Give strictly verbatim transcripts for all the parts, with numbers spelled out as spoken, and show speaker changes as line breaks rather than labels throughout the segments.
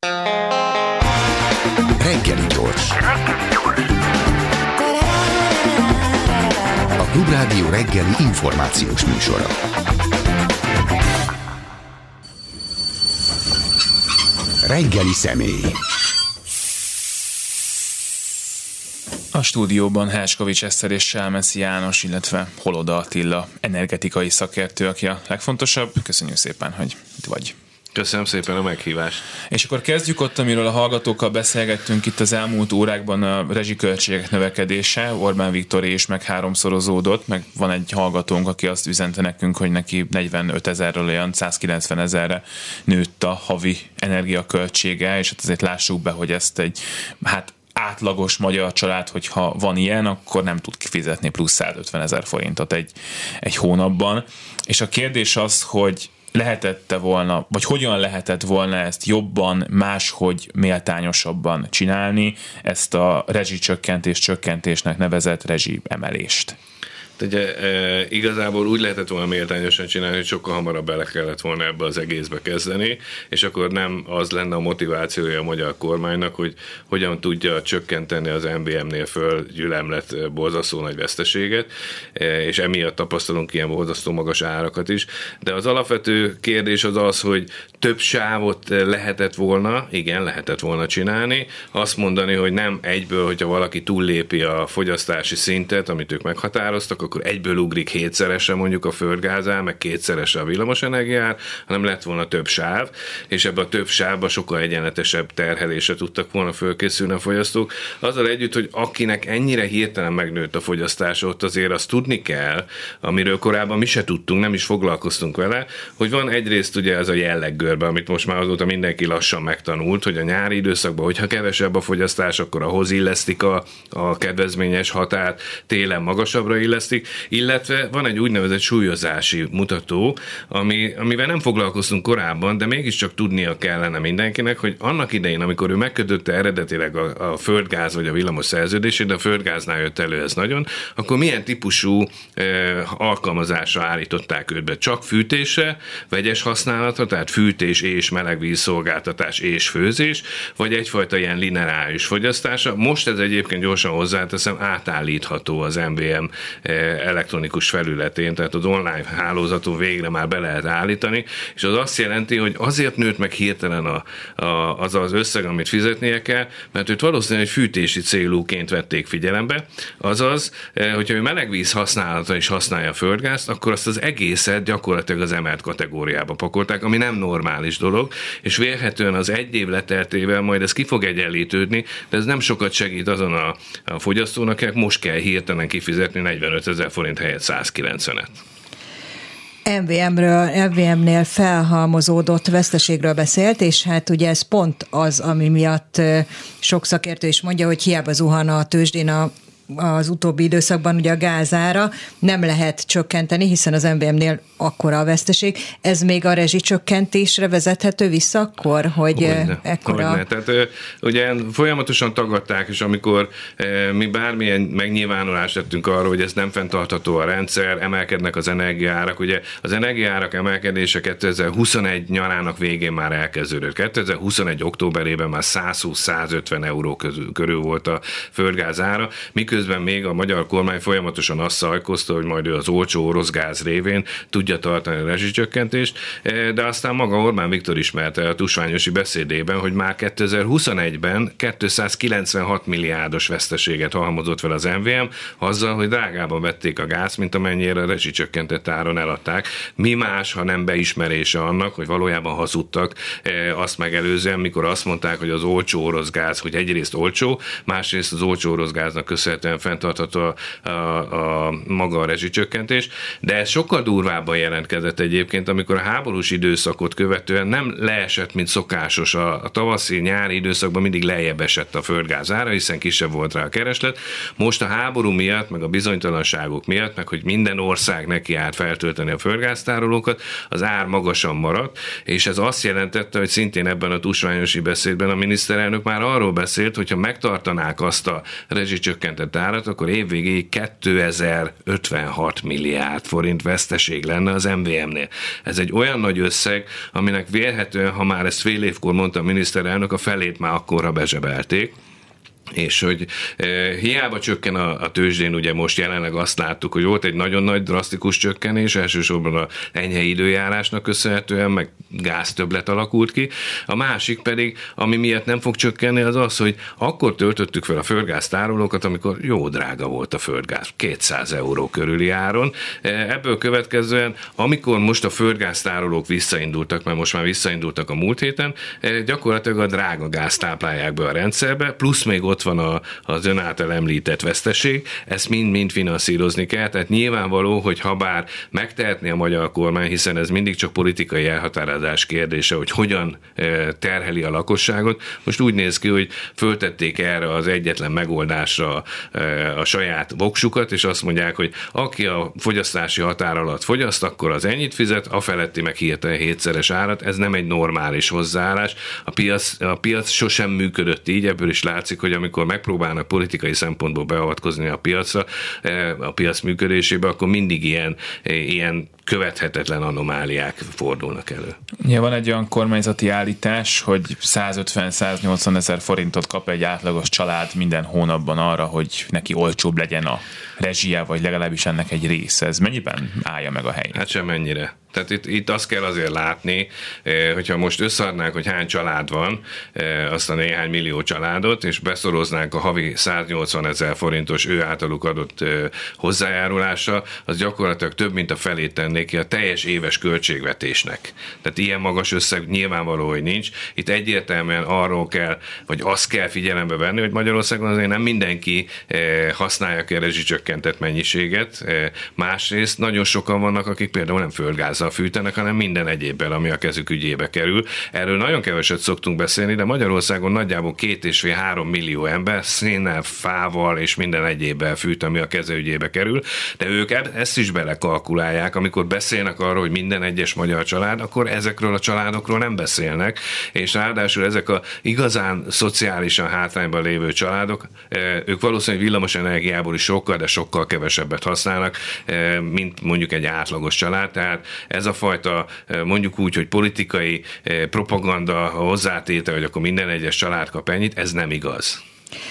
Reggeli gyors. A Klubrádió reggeli információs műsora. Reggeli személy.
A stúdióban Herskovics Eszter és Selmeci János, illetve Holoda Attila, energetikai szakértő, aki a legfontosabb. Köszönjük szépen, hogy itt vagy.
Köszönöm szépen a meghívást.
És akkor kezdjük ott, amiről a hallgatókkal beszélgettünk itt az elmúlt órákban, a rezsiköltségek növekedése. Orbán Viktor is meg háromszorozódott, meg van egy hallgatónk, aki azt üzente nekünk, hogy neki negyvenöt ezerről olyan százkilencven ezerre nőtt a havi energiaköltsége, és hát azért lássuk be, hogy ezt egy, hát átlagos magyar család, hogyha van ilyen, akkor nem tud kifizetni plusz százötven ezer forintot egy, egy hónapban. És a kérdés az, hogy lehetette volna, vagy hogyan lehetett volna ezt jobban, máshogy, méltányosabban csinálni, ezt a rezsicsökkentés csökkentésnek nevezett rezsi emelést?
Ugye, e, igazából úgy lehetett volna méltányosan csinálni, hogy sokkal hamarabb bele kellett volna ebbe az egészbe kezdeni, és akkor nem az lenne a motivációja a magyar kormánynak, hogy hogyan tudja csökkenteni az em bé em-nél fölgyülemlett borzasztó nagy veszteséget, e, és emiatt tapasztalunk ilyen borzasztó magas árakat is. De az alapvető kérdés az az, hogy több sávot lehetett volna, igen, lehetett volna csinálni, azt mondani, hogy nem egyből, hogyha valaki túllépi a fogyasztási szintet, amit ők meghatároztak, akkor egyből ugrik hétszeresre mondjuk a földgázár, meg kétszeresre a villamosenergiár, hanem lett volna több sáv, és ebben a több sávban sokkal egyenletesebb terhelésre tudtak volna fölkészülni a fogyasztók. Azzal együtt, hogy akinek ennyire hirtelen megnőtt a fogyasztása, ott azért azt tudni kell, amiről korábban mi se tudtunk, nem is foglalkoztunk vele, hogy van egyrészt ugye ez a jelleggörbe, amit most már azóta mindenki lassan megtanult, hogy a nyári időszakban, hogyha kevesebb a fogyasztás, akkor ahhoz illesztik a, a kedvezményes határt, télen magasabbra illesztik, illetve van egy úgynevezett súlyozási mutató, ami, amivel nem foglalkoztunk korábban, de mégiscsak tudnia kellene mindenkinek, hogy annak idején, amikor ő megkötötte eredetileg a, a földgáz vagy a villamos szerződését, de a földgáznál jött elő ez nagyon, akkor milyen típusú e, alkalmazásra állították őt be? Csak fűtésre, vegyes használatra, tehát fűtés és melegvízszolgáltatás és főzés, vagy egyfajta ilyen lineáris fogyasztása. Most ez egyébként gyorsan hozzáteszem, átállítható az em bé em elektronikus felületén, tehát az online hálózaton végre már be lehet állítani, és az azt jelenti, hogy azért nőtt meg hirtelen a, a, az az összeg, amit fizetnie kell, mert őt valószínűleg egy fűtési célúként vették figyelembe, azaz, hogyha ő melegvíz használata is használja a földgázt, akkor azt az egészet gyakorlatilag az emelt kategóriába pakolták, ami nem normális dolog, és vélhetően az egy év leteltével majd ez ki fog egyenlítődni, de ez nem sokat segít azon a, a fogyasztónak, akinek most kell hirtelen kifizetni negyvenöt ezer forint helyett százkilencvenet.
em vé em-ről, em vé em-nél felhalmozódott veszteségről beszélt, és hát ugye ez pont az, ami miatt sok szakértő is mondja, hogy hiába zuhan a tőzsdén a az utóbbi időszakban ugye a gázára nem lehet csökkenteni, hiszen az em bé em-nél akkora a veszteség. Ez még a rezsicsökkentésre vezethető vissza akkor, hogy hogyne, ekkora...
Hogyne. Tehát ugye folyamatosan tagadták, és amikor mi bármilyen megnyilvánulást tettünk arról, hogy ez nem fenntartható a rendszer, emelkednek az energiaárak, ugye az energiaárak emelkedése kétezer-huszonegy nyarának végén már elkezdődött. kétezer-huszonegy októberében már százhúsz-százötven euró közül, körül volt a földgáz ára, miközben Közben még a magyar kormány folyamatosan azt szajkozta, hogy majd ő az olcsó orosz gáz révén tudja tartani a rezsicsökkentést, de aztán maga Orbán Viktor ismerte a tusványosi beszédében, hogy már kétezer-huszonegyben kétszázkilencvenhat milliárdos veszteséget halmozott fel az em vé em, azzal, hogy drágában vették a gáz, mint amennyire a rezsicsökkentett áron eladták. Mi más, ha nem beismerése annak, hogy valójában hazudtak azt megelőzően, mikor azt mondták, hogy az olcsó orosz gáz, hogy egyrészt olcsó, másrészt az olcsó orosz gáznak köszönhetően fenntartható a, a, a maga a rezsicsökkentés, de ez sokkal durvábban jelentkezett egyébként, amikor a háborús időszakot követően nem leesett, mint szokásos. A, a tavaszi, nyári időszakban mindig lejjebb esett a földgáz ára, hiszen kisebb volt rá a kereslet. Most a háború miatt, meg a bizonytalanságok miatt, meg hogy minden ország neki állt feltölteni a földgáztárolókat, az ár magasan maradt, és ez azt jelentette, hogy szintén ebben a tusványosi beszédben a miniszterelnök már arról beszélt, hogyha megtartanák azt a rezsicsökkentett árat, akkor évvégéig kétezer-ötvenhat milliárd forint veszteség lenne az em vé em-nél. Ez egy olyan nagy összeg, aminek vélhetően, ha már ezt fél évkor mondta a miniszterelnök, a felét már akkorra bezsebelték. És hogy e, hiába csökken a, a tőzsdén, ugye most jelenleg azt láttuk, hogy volt egy nagyon nagy drasztikus csökkenés, elsősorban a enyhe időjárásnak köszönhetően, meg gáztöbblet alakult ki. A másik pedig, ami miatt nem fog csökkenni, az az, hogy akkor töltöttük fel a földgáztárolókat, amikor jó drága volt a földgáz, kétszáz euró körüli áron. Ebből következően, amikor most a földgáztárolók visszaindultak, mert most már visszaindultak a múlt héten, gyakorlatilag a drága gázt táplálják be a rendszerbe, plusz még ott van a, az ön által említett veszteség, ezt mind-mind finanszírozni kell, tehát nyilvánvaló, hogy ha bár megtehetné a magyar kormány, hiszen ez mindig csak politikai elhatározás kérdése, hogy hogyan terheli a lakosságot, most úgy néz ki, hogy föltették erre az egyetlen megoldásra a saját voksukat, és azt mondják, hogy aki a fogyasztási határ alatt fogyaszt, akkor az ennyit fizet, a feletti meg hirtelen hétszeres árat, ez nem egy normális hozzáállás. A piac, a piac sosem működött így, ebből is látszik, hogy amikor megpróbálnak politikai szempontból beavatkozni a piacra, a piac működésébe, akkor mindig ilyen, ilyen követhetetlen anomáliák fordulnak elő.
Ja, van egy olyan kormányzati állítás, hogy százötven-száznyolcvan ezer forintot kap egy átlagos család minden hónapban arra, hogy neki olcsóbb legyen a rezsie, vagy legalábbis ennek egy része. Ez mennyiben állja meg a helyét?
Hát sem mennyire. Tehát itt, itt azt kell azért látni, hogyha most összeadnánk, hogy hány család van, azt a néhány millió családot, és beszoroznánk a havi száznyolcvan ezer forintos ő általuk adott hozzájárulása, az gyakorlatilag több, mint a felét tenné ki a teljes éves költségvetésnek. Tehát ilyen magas összeg nyilvánvaló, hogy nincs. Itt egyértelműen arról kell, vagy azt kell figyelembe venni, hogy Magyarországon azért nem mindenki használja ki a rezsicsökkentett mennyiséget. Másrészt nagyon sokan vannak, akik például nem földgázzal fűtenek, hanem minden egyébben, ami a kezük ügyébe kerül. Erről nagyon keveset szoktunk beszélni, de Magyarországon nagyjából két és fél három millió ember szénnel, fával és minden egyébben fűt, ami a keze ügyébe kerül, de ők ezt is belekalkulálják, amikor beszélnek arról, hogy minden egyes magyar család, akkor ezekről a családokról nem beszélnek, és ráadásul ezek a igazán szociálisan hátrányban lévő családok, ők valószínűleg villamos energiából is sokkal, de sokkal kevesebbet használnak, mint mondjuk egy átlagos család, tehát ez a fajta, mondjuk úgy, hogy politikai propaganda hozzátétel, hogy akkor minden egyes család kap ennyit, ez nem igaz.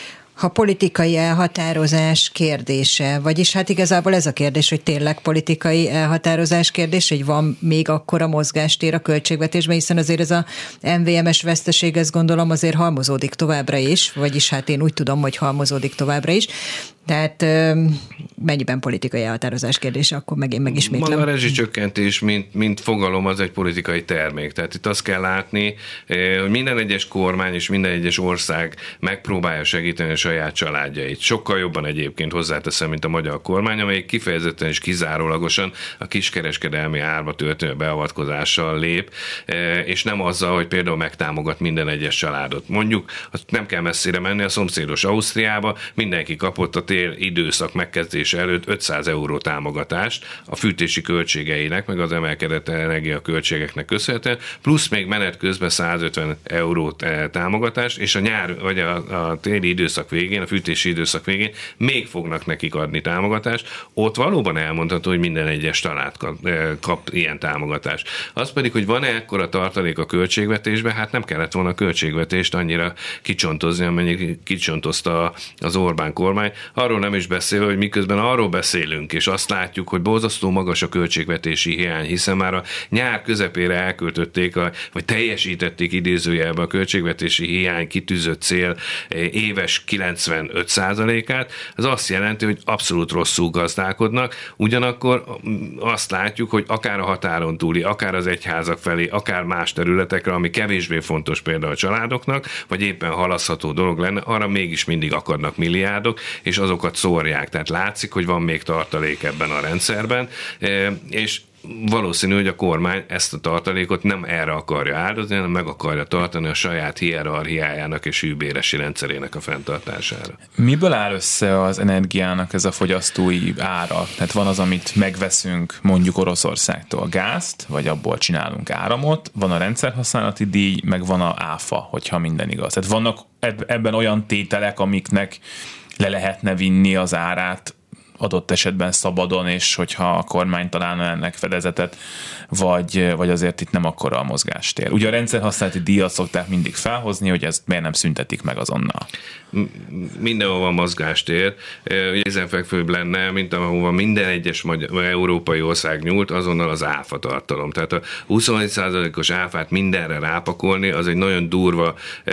Ha politikai elhatározás kérdése, vagyis hát igazából ez a kérdés, hogy tényleg politikai elhatározás kérdés, hogy van még akkora mozgástér a költségvetésben, hiszen azért ez a em vé em-es veszteség, ezt gondolom azért halmozódik továbbra is, vagyis hát én úgy tudom, hogy halmozódik továbbra is. Tehát mennyiben politikai elhatározás kérdése, akkor megint megismétlem.
Maga a rezsicsökkentés, mint, mint fogalom, az egy politikai termék. Tehát itt azt kell látni, hogy minden egyes kormány és minden egyes ország megpróbálja segíteni a saját családjait. Sokkal jobban egyébként hozzáteszem, mint a magyar kormány, amelyik kifejezetten és kizárólagosan a kiskereskedelmi árba történő beavatkozással lép, és nem azzal, hogy például megtámogat minden egyes családot. Mondjuk, nem kell messzire menni, a szomszédos Ausztriába mindenki kapott a tél időszak megkezdése előtt ötszáz euró támogatást a fűtési költségeinek, meg az emelkedett energiaköltségeknek köszönhetően, plusz még menet közben százötven euró támogatást, és a nyár, vagy a, a téli időszak végén, a fűtési időszak végén még fognak nekik adni támogatást. Ott valóban elmondható, hogy minden egyes család kap, kap ilyen támogatást. Az pedig, hogy van-e ekkora tartalék a költségvetésben, hát nem kellett volna a költségvetést annyira kicsontozni, amennyire kicsontozta az Orbán kormány. Arról nem is beszél, hogy miközben arról beszélünk, és azt látjuk, hogy borzasztó magas a költségvetési hiány, hiszen már a nyár közepére elköltötték, a, vagy teljesítették idézőjelben a költségvetési hiány kitűzött cél éves kilencvenöt százalékát. Ez azt jelenti, hogy abszolút rosszul gazdálkodnak, ugyanakkor azt látjuk, hogy akár a határon túli, akár az egyházak felé, akár más területekre, ami kevésbé fontos például a családoknak, vagy éppen halasztható dolog lenne, arra mégis mindig akadnak milliárdok, és azokat szórják. Tehát látszik, hogy van még tartalék ebben a rendszerben, és valószínű, hogy a kormány ezt a tartalékot nem erre akarja áldozni, hanem meg akarja tartani a saját hierarchiájának és hűbéresi rendszerének a fenntartására.
Miből áll össze az energiának ez a fogyasztói ára? Tehát van az, amit megveszünk mondjuk Oroszországtól, gázt, vagy abból csinálunk áramot, van a rendszerhasználati díj, meg van a áfa, hogyha minden igaz. Tehát vannak ebben olyan tételek, amiknek le lehetne vinni az árát adott esetben szabadon, és hogyha a kormány találna ennek fedezetet, vagy, vagy azért itt nem akkora a mozgástér. Ugye a rendszerhasználati díjat szokták mindig felhozni, hogy ezt miért nem szüntetik meg azonnal.
Mindenhol van mozgástér. Kézenfekvőbb lenne, mint ahova minden egyes magyar, európai ország nyúlt, azonnal az áfa tartalom. Tehát a huszonöt százalékos áfát mindenre rápakolni, az egy nagyon durva,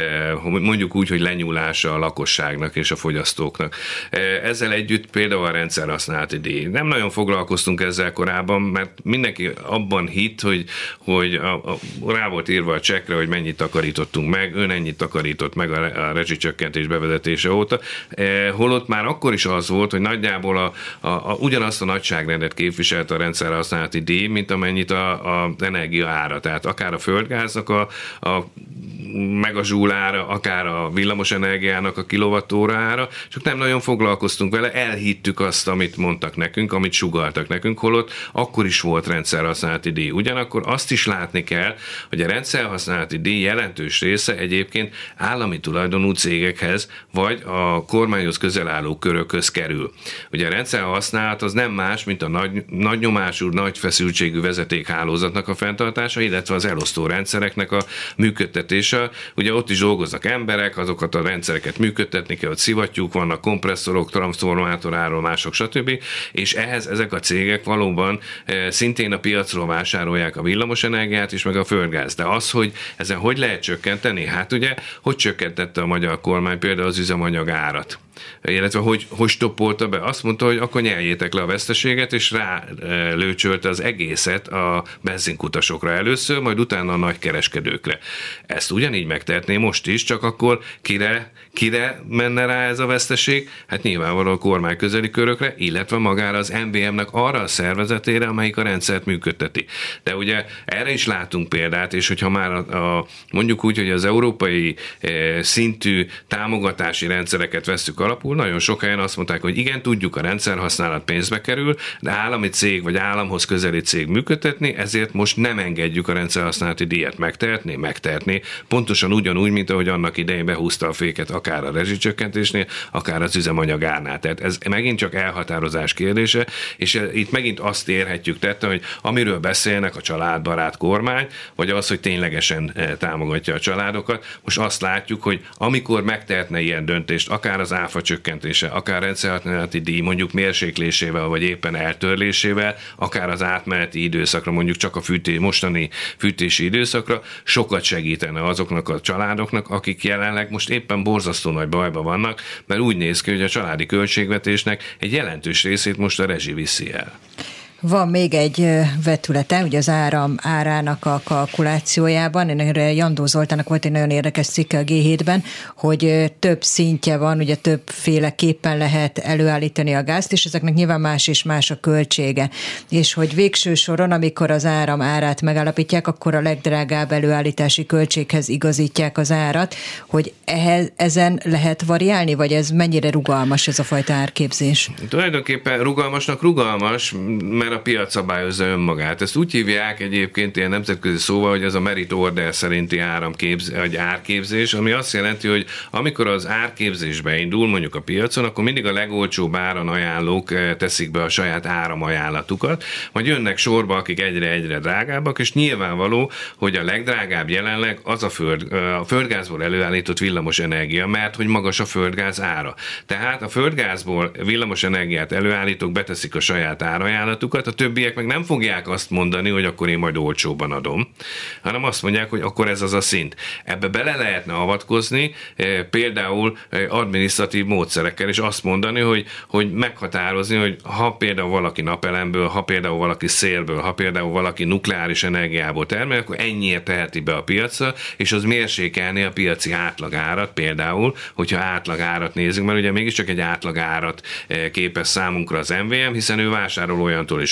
mondjuk úgy, hogy lenyúlása a lakosságnak és a fogyasztóknak. Ezzel együtt például a rendszerhasználati díj. Nem nagyon foglalkoztunk ezzel korábban, mert mindenki abban hitt, hogy, hogy a, a, rá volt írva a csekkre, hogy mennyit takarítottunk meg, ön ennyit takarított meg a, a rezsicsökkentés bevezetése óta. E, holott már akkor is az volt, hogy nagyjából a, a, a, ugyanazt a nagyságrendet képviselt a rendszerhasználati díj, mint amennyit a, a energia ára. Tehát akár a földgáznak a, a meg a zsúlára, akár a villamos energiának a kilovattóra ára, csak nem nagyon foglalkoztunk vele, elhittük azt, amit mondtak nekünk, amit sugalltak nekünk, holott akkor is volt rendszerhasználati díj. Ugyanakkor azt is látni kell, hogy a rendszerhasználati díj jelentős része egyébként állami tulajdonú cégekhez, vagy a kormányhoz közel álló körökhöz kerül. Ugye a rendszerhasználat az nem más, mint a nagy, nagy nyomású, nagy feszültségű vezetékhálózatnak a fenntartása, illetve az elosztó rendszereknek a működtetése. Ugye ott is dolgoznak emberek, azokat a rendszereket működtetni kell, hogy szivattyúk vannak, kompresszorok, transformátoráról, mások, stb. És ehhez ezek a cégek valóban e, szintén a piacról vásárolják a villamosenergiát is, meg a földgáz. De az, hogy ezen hogy lehet csökkenteni? Hát ugye, hogy csökkentette a magyar kormány például az üzemanyag árat? Illetve hogy, hogy stoppolta be? Azt mondta, hogy akkor nyeljétek le a veszteséget, és rá lőcsölte az egészet a benzinkutasokra először, majd utána a nagykereskedőkre. Ezt ugyanígy megtehetné most is, csak akkor kire, kire menne rá ez a veszteség? Hát nyilvánvalóan a kormány közeli körökre, illetve magára az em vé em-nek arra a szervezetére, amelyik a rendszert működteti. De ugye erre is látunk példát, és hogyha már a, a, mondjuk úgy, hogy az európai e, szintű támogatási rendszereket vesszük alapul, nagyon sok helyen azt mondták, hogy igen, tudjuk, a rendszerhasználat pénzbe kerül, de állami cég vagy államhoz közeli cég működtetni, ezért most nem engedjük a rendszerhasználati díjat. Megtehetné? Megtehetné. Pontosan ugyanúgy, mint ahogy annak idején behúzta a féket akár a rezsicsökkentésnél, akár az üzemanyag árnál. Tehát ez megint csak elhatározás kérdése, és itt megint azt érhetjük tette, hogy amiről beszélnek a családbarát kormány, vagy az, hogy ténylegesen támogatja a családokat, most azt látjuk, hogy amikor megtehetne ilyen döntést, akár az áfa csökkentése, akár rendszerhasználati díj mondjuk mérséklésével, vagy éppen eltörlésével, akár az átmeneti időszakra, mondjuk csak a fűtés, mostani fűtési időszakra, sokat segítene azoknak a családoknak, akik jelenleg most éppen borzasztó nagy bajban vannak, mert úgy néz ki, hogy a családi költségvetésnek egy jelentős részét most a rezsi viszi el.
Van még egy vetülete, ugye az áram árának a kalkulációjában, erre Jandó Zoltánnak volt egy nagyon érdekes cikke a gé hétben, hogy több szintje van, ugye többféleképpen lehet előállítani a gázt, és ezeknek nyilván más és más a költsége. És hogy végső soron, amikor az áram árát megállapítják, akkor a legdrágább előállítási költséghez igazítják az árat, hogy ehhez, ezen lehet variálni, vagy ez mennyire rugalmas ez a fajta árképzés?
Tulajdonképpen rugalmasnak rugalmas, mert a piac szabályozza önmagát. Ezt úgy hívják egyébként ilyen nemzetközi szóval, hogy ez a merit order szerinti áramképzés, vagy árképzés, ami azt jelenti, hogy amikor az árképzésbe indul mondjuk a piacon, akkor mindig a legolcsóbb áron ajánlók teszik be a saját áramajánlatukat, majd jönnek sorba, akik egyre-egyre drágábbak, és nyilvánvaló, hogy a legdrágább jelenleg az a, föld, a földgázból előállított villamos energia, mert hogy magas a földgáz ára. Tehát a földgázból villamos energiát előállítók beteszik a saját árajánlatukat, a többiek meg nem fogják azt mondani, hogy akkor én majd olcsóban adom, hanem azt mondják, hogy akkor ez az a szint. Ebbe bele lehetne avatkozni, például adminisztratív módszerekkel, és azt mondani, hogy, hogy meghatározni, hogy ha például valaki napelemből, ha például valaki szélből, ha például valaki nukleáris energiából termel, akkor ennyiért teheti be a piacra, és az mérsékelni a piaci átlagárat, például, hogyha átlagárat nézünk, mert ugye mégiscsak egy átlagárat képez számunkra az em vé em, hiszen ő vásárol olyantól és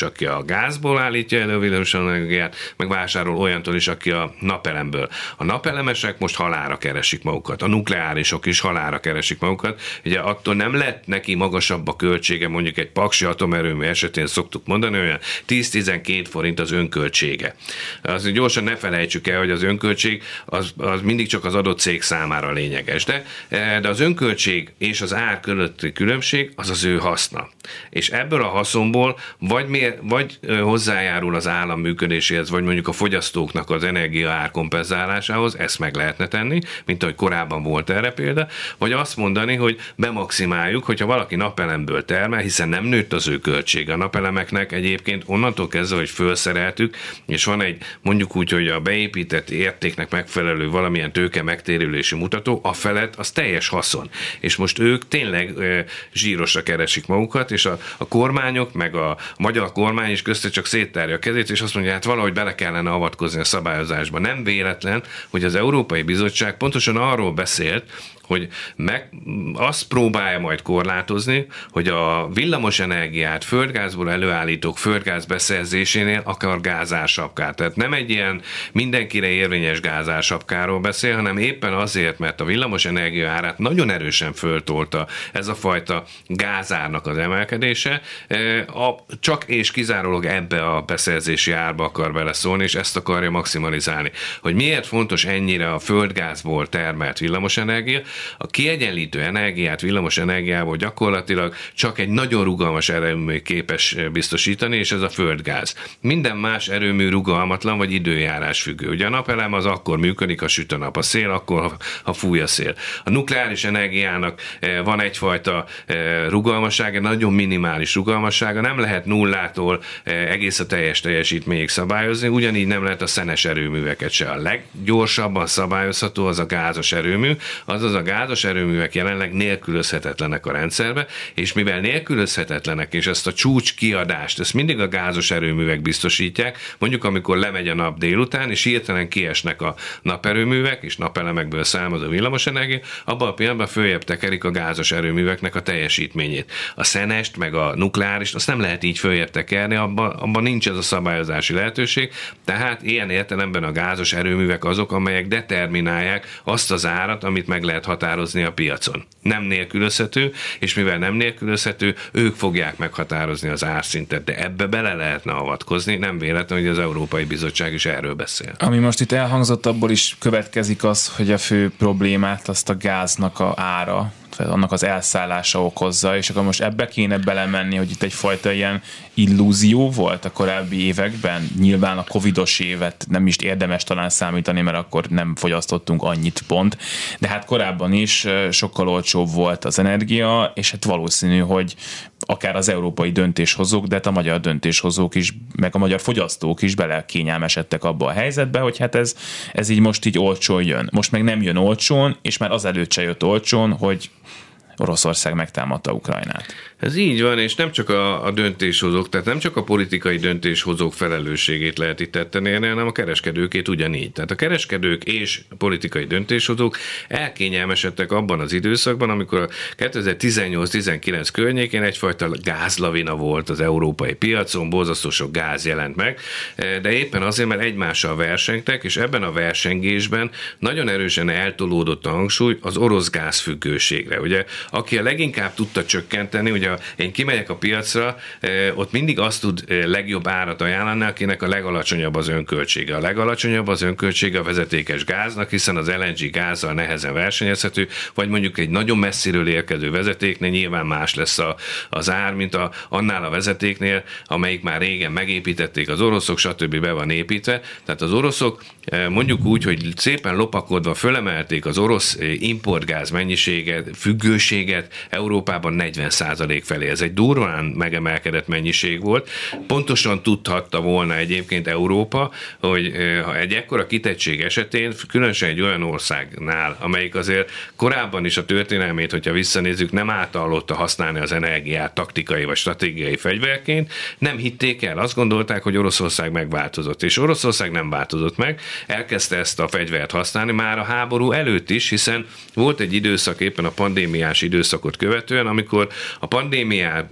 is, aki a gázból állítja elő a villamos energiát, meg vásárol olyantól is, aki a napelemből. A napelemesek most halálra keresik magukat, a nukleárisok is halálra keresik magukat. Ugye attól nem lett neki magasabb a költsége, mondjuk egy paksi atomerőmű esetén szoktuk mondani, olyan tíz-tizenkét forint az önköltsége. Azt gyorsan ne felejtsük el, hogy az önköltség az, az mindig csak az adott cég számára lényeges, de, de az önköltség és az ár közötti különbség az az ő haszna. És ebből a haszonból vagy, mér, vagy hozzájárul az állam működéséhez, vagy mondjuk a fogyasztóknak az energia ár kompenzálásához, ezt meg lehetne tenni, mint ahogy korábban volt erre példa, vagy azt mondani, hogy bemaximáljuk, hogyha valaki napelemből termel, hiszen nem nőtt az ő költsége. A napelemeknek egyébként onnantól kezdve, hogy felszereltük, és van egy mondjuk úgy, hogy a beépített értéknek megfelelő valamilyen tőke megtérülési mutató, a felett az teljes haszon. És most ők tényleg e, zsírosra keresik magukat, és a, a kormányok, meg a, a magyar kormány is közte csak széttárja a kezét, és azt mondja, hát valahogy bele kellene avatkozni a szabályozásba. Nem véletlen, hogy az Európai Bizottság pontosan arról beszélt, hogy meg azt próbálja majd korlátozni, hogy a villamos energiát földgázból előállítók földgáz beszerzésénél akar gázársapkát. Tehát nem egy ilyen mindenkire érvényes gázársapkáról beszél, hanem éppen azért, mert a villamos energia árát nagyon erősen föltolta ez a fajta gázárnak az emelkedése, a, csak és kizárólag ebbe a beszerzési árba akar beleszólni, és ezt akarja maximalizálni. Hogy miért fontos ennyire a földgázból termelt villamosenergia? A kiegyenlítő energiát villamos energiából gyakorlatilag csak egy nagyon rugalmas erőmű képes biztosítani, és ez a földgáz. Minden más erőmű rugalmatlan vagy időjárás függő. Ugye a napelem az akkor működik, ha süt a nap, a szél akkor, ha fúj a szél. A nukleáris energiának van egyfajta rugalmassága, nagyon minimális rugalmassága, nem lehet nullától egész a teljes teljesítményig szabályozni, ugyanígy nem lehet a szenes erőműveket se. A leggyorsabban szabályozható az a gázos erőmű, azaz a gázos erőművek jelenleg nélkülözhetetlenek a rendszerbe, és mivel nélkülözhetetlenek, és ezt a csúcs kiadást, ezt mindig a gázos erőművek biztosítják, mondjuk amikor lemegy a nap délután, és hirtelen kiesnek a naperőművek, és napelemekből származó villamosenergia, abban a pillanatban följebb tekerik a gázos erőműveknek a teljesítményét. A szenest, meg a nukleárist, azt nem lehet így följebb tekerni, abban, abban nincs ez a szabályozási lehetőség, tehát ilyen értelemben a gázos erőművek azok, amelyek determinálják azt az árat, amit meg lehet határozni a piacon. Nem nélkülözhető, és mivel nem nélkülözhető, ők fogják meghatározni az árszintet, de ebbe bele lehetne avatkozni, nem véletlen, hogy az Európai Bizottság is erről beszél.
Ami most itt elhangzott, abból is következik az, hogy a fő problémát azt a gáznak a ára, annak az elszállása okozza, és akkor most ebbe kéne belemenni, hogy itt egyfajta ilyen illúzió volt a korábbi években. Nyilván a covidos évet nem is érdemes talán számítani, mert akkor nem fogyasztottunk annyit pont, de hát korábban is sokkal olcsóbb volt az energia, és hát valószínű, hogy akár az európai döntéshozók, de hát a magyar döntéshozók is, meg a magyar fogyasztók is bele kényelmesedtek abba a helyzetbe, hogy hát ez, ez így most így olcsón jön. Most meg nem jön olcsón, és már azelőtt se jött olcsón, hogy Oroszország megtámadta Ukrajnát.
Ez így van, és nem csak a, a döntéshozók, tehát nem csak a politikai döntéshozók felelősségét lehet itt tetten érni, hanem a kereskedőkét ugyanígy. Tehát a kereskedők és a politikai döntéshozók elkényelmesedtek abban az időszakban, amikor a kétezer-tizennyolc-tizenkilenc környékén egyfajta gázlavina volt az európai piacon, borzasztó sok gáz jelent meg, de éppen azért, mert egymással versengtek, és ebben a versengésben nagyon erősen eltolódott a hangsúly az orosz gázfüggőségre. Ugye, aki a leginkább tudta csökkenteni, ugye én kimegyek a piacra, ott mindig azt tud legjobb árat ajánlani, akinek a legalacsonyabb az önköltsége. A legalacsonyabb az önköltsége a vezetékes gáznak, hiszen az el en gé gázzal nehezen versenyezhető, vagy mondjuk egy nagyon messziről érkező vezetéknél nyilván más lesz a, az ár, mint a, annál a vezetéknél, amelyik már régen megépítették az oroszok, stb. Be van építve. Tehát az oroszok mondjuk úgy, hogy szépen lopakodva fölemelték az orosz importgáz mennyiséget, függőséget Európában negyven százalék felé. Ez egy durván megemelkedett mennyiség volt. Pontosan tudhatta volna egyébként Európa, hogy ha egy ekkora kitettség esetén, különösen egy olyan országnál, amelyik azért korábban is a történelmét, hogyha visszanézzük, nem általotta használni az energiát taktikai vagy stratégiai fegyverként, nem hitték el. Azt gondolták, hogy Oroszország megváltozott. És Oroszország nem változott meg, elkezdte ezt a fegyvert használni már a háború előtt is, hiszen volt egy időszak éppen a pandémiás pandémiás időszakot követően, amikor a pandémiá,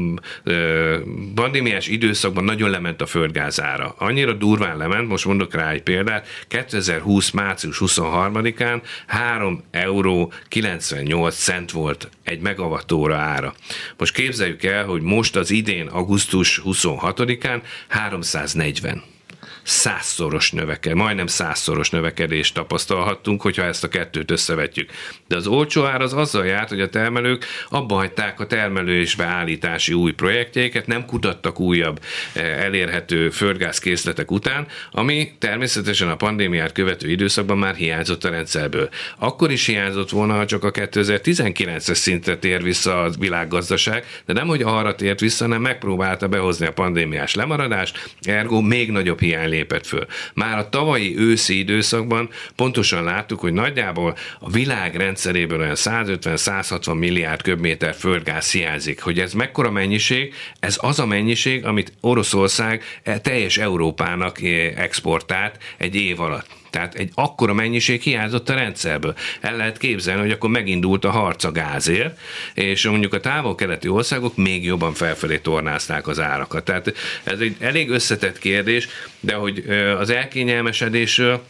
pandémiás időszakban nagyon lement a földgáz ára. Annyira durván lement, most mondok rá egy példát, kétezer-húsz március huszonharmadikán három euró kilencvennyolc cent volt egy megawattóra ára. Most képzeljük el, hogy most az idén augusztus huszonhatodikán háromszáznegyven. Százszoros növekedés, majdnem százszoros növekedést tapasztalhattunk, hogyha ezt a kettőt összevetjük. De az olcsó ár az azzal járt, hogy a termelők abba hagyták a termelő és beállítási új projektjeiket, nem kutattak újabb elérhető földgázkészletek után, ami természetesen a pandémiát követő időszakban már hiányzott a rendszerből. Akkor is hiányzott volna, ha csak a kétezer-tizenkilences szintre tér vissza a világgazdaság, de nem, hogy arra tért vissza, hanem megpróbálta behozni a pandémiás lemaradást, ergo még nagyobb hiány lépett föl. Már a tavalyi őszi időszakban pontosan láttuk, hogy nagyjából a világ rendszeréből olyan százötven-százhatvan milliárd köbméter földgáz hiányzik. Hogy ez mekkora mennyiség? Ez az a mennyiség, amit Oroszország teljes Európának exportált egy év alatt. Tehát egy akkora mennyiség hiányzott a rendszerből. El lehet képzelni, hogy akkor megindult a harc a gázért, és mondjuk a távol-keleti országok még jobban felfelé tornázták az árakat. Tehát ez egy elég összetett kérdés, de hogy az elkényelmesedésről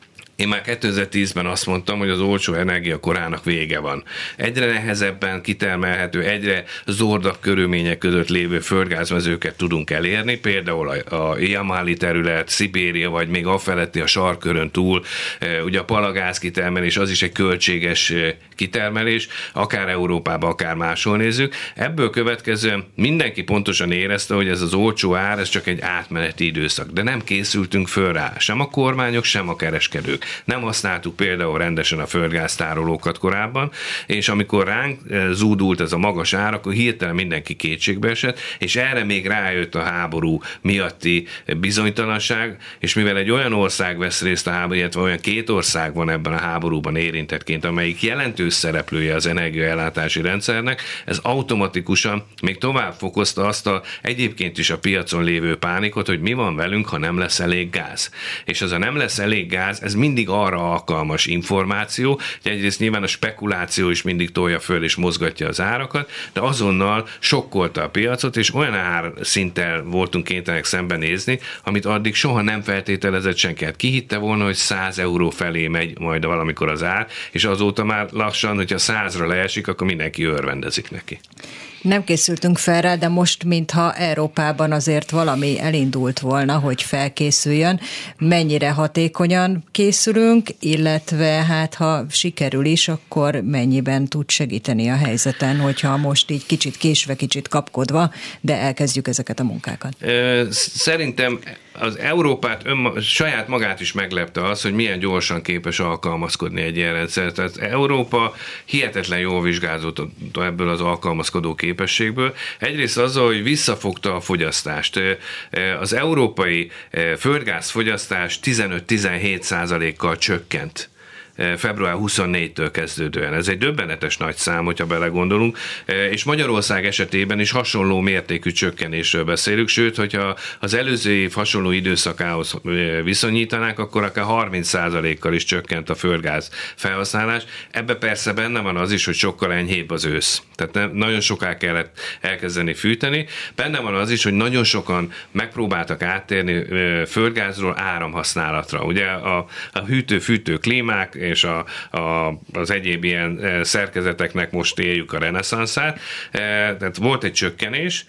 én már kétezer-tízben azt mondtam, hogy az olcsó energia korának vége van. Egyre nehezebben kitermelhető, egyre zordabb körülmények között lévő földgázmezőket tudunk elérni, például a, a Jamáli terület, Szibéria, vagy még afeletti a sarkkörön túl, ugye a palagáz kitermelés, az is egy költséges kitermelés, akár Európában, akár máshol nézzük. Ebből következően mindenki pontosan érezte, hogy ez az olcsó ár, ez csak egy átmeneti időszak, de nem készültünk föl rá, sem a kormányok, sem a kereskedők. Nem használtuk például rendesen a földgáztárolókat korábban, és amikor ránk zúdult ez a magas ár, akkor hirtelen mindenki kétségbe esett, és erre még rájött a háború miatti bizonytalanság, és mivel egy olyan ország vesz részt a háború, illetve olyan két ország van ebben a háborúban érintettként, amelyik jelentős szereplője az energiaellátási rendszernek, ez automatikusan még tovább fokozta azt a egyébként is a piacon lévő pánikot, hogy mi van velünk, ha nem lesz elég gáz. És az a nem lesz elég gáz, ez mindig arra alkalmas információ, hogy egyrészt nyilván a spekuláció is mindig tolja föl és mozgatja az árakat, de azonnal sokkolta a piacot, és olyan árszinttel voltunk kénytelenek szembenézni, amit addig soha nem feltételezett senki. Hát ki hitte volna, hogy száz euró felé megy majd valamikor az ár, és azóta már lassan, hogyha százra leesik, akkor mindenki örvendezik neki.
Nem készültünk fel rá, de most, mintha Európában azért valami elindult volna, hogy felkészüljön. Mennyire hatékonyan készülünk, illetve hát ha sikerül is, akkor mennyiben tud segíteni a helyzeten, hogyha most így kicsit késve, kicsit kapkodva, de elkezdjük ezeket a munkákat.
Szerintem az Európát önma, saját magát is meglepte az, hogy milyen gyorsan képes alkalmazkodni egy ilyen rendszer. Tehát Európa hihetetlen jól vizsgázódott ebből az alkalmazkodó képességből. Egyrészt azzal, hogy visszafogta a fogyasztást. Az európai földgázfogyasztás tizenöt-tizenhét százalékkal csökkent február huszonnégyedikétől kezdődően. Ez egy döbbenetes nagy szám, hogyha belegondolunk, és Magyarország esetében is hasonló mértékű csökkenésről beszélünk, sőt, hogyha az előző év hasonló időszakához viszonyítanánk, akkor akár harminc százalékkal is csökkent a földgáz felhasználás. Ebbe persze benne van az is, hogy sokkal enyhébb az ősz. Tehát nem, nagyon soká kellett elkezdeni fűteni. Benne van az is, hogy nagyon sokan megpróbáltak áttérni földgázról áramhasználatra. Ugye a, a hűtő-fűtő klímák és a, a, az egyéb ilyen szerkezeteknek most éljük a reneszánszát. Tehát volt egy csökkenés,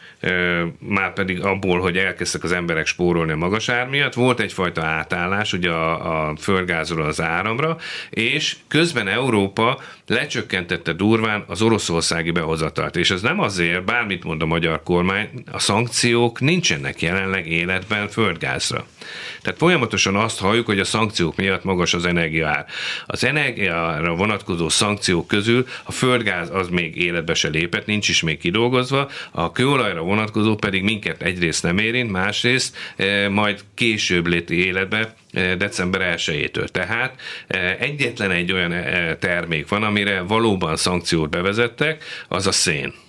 már pedig abból, hogy elkezdtek az emberek spórolni a magas ár miatt, volt egyfajta átállás ugye a, a földgázról az áramra, és közben Európa lecsökkentette durván az oroszországi behozatalt. És ez nem azért, bármit mond a magyar kormány, a szankciók nincsenek jelenleg életben földgázra. Tehát folyamatosan azt halljuk, hogy a szankciók miatt magas az energiaár. Az energiára vonatkozó szankciók közül a földgáz az még életbe se lépett, nincs is még kidolgozva, a kőolajra vonatkozó pedig minket egyrészt nem érint, másrészt e, majd később lép életbe december elsejétől. Tehát egyetlen egy olyan termék van, amire valóban szankciót bevezettek, az a szén.